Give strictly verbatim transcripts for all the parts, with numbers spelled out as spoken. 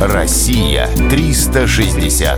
Россия триста шестьдесят.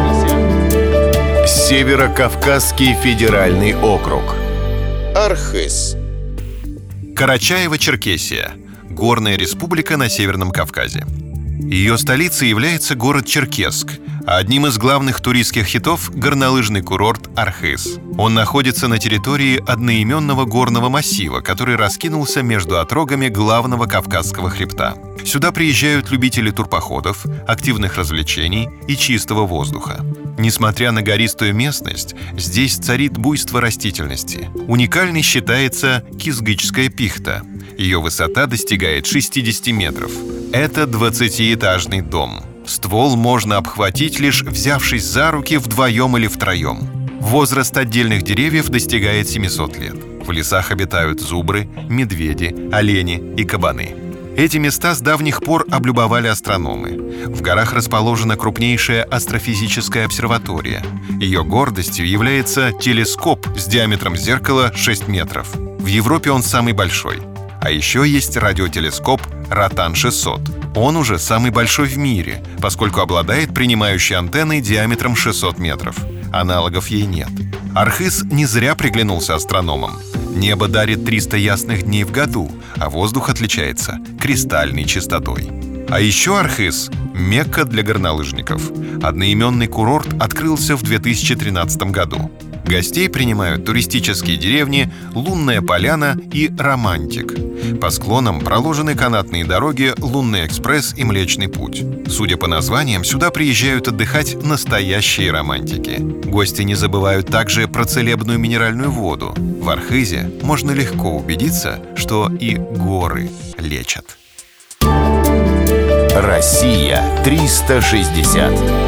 Северо-Кавказский федеральный округ. Архыз. Карачаево-Черкесия. Горная республика на Северном Кавказе. Ее столицей является город Черкесск, а одним из главных туристских хитов — горнолыжный курорт Архыз. Он находится на территории одноименного горного массива, который раскинулся между отрогами главного Кавказского хребта. Сюда приезжают любители турпоходов, активных развлечений и чистого воздуха. Несмотря на гористую местность, здесь царит буйство растительности. Уникальной считается кизгычская пихта. Ее высота достигает шестьдесят метров. Это двадцатиэтажный дом. Ствол можно обхватить, лишь взявшись за руки вдвоем или втроем. Возраст отдельных деревьев достигает семисот лет. В лесах обитают зубры, медведи, олени и кабаны. Эти места с давних пор облюбовали астрономы. В горах расположена крупнейшая астрофизическая обсерватория. Ее гордостью является телескоп с диаметром зеркала шесть метров. В Европе он самый большой. А еще есть радиотелескоп Ротан шестьсот. Он уже самый большой в мире, поскольку обладает принимающей антенной диаметром шестьсот метров. Аналогов ей нет. Архыз не зря приглянулся астрономам. Небо дарит триста ясных дней в году, а воздух отличается кристальной чистотой. А еще Архыз — Мекка для горнолыжников. Одноименный курорт открылся в две тысячи тринадцатом году. Гостей принимают туристические деревни Лунная Поляна и Романтик. По склонам проложены канатные дороги Лунный экспресс и Млечный путь. Судя по названиям, сюда приезжают отдыхать настоящие романтики. Гости не забывают также про целебную минеральную воду. В Архызе можно легко убедиться, что и горы лечат. Россия триста шестьдесят.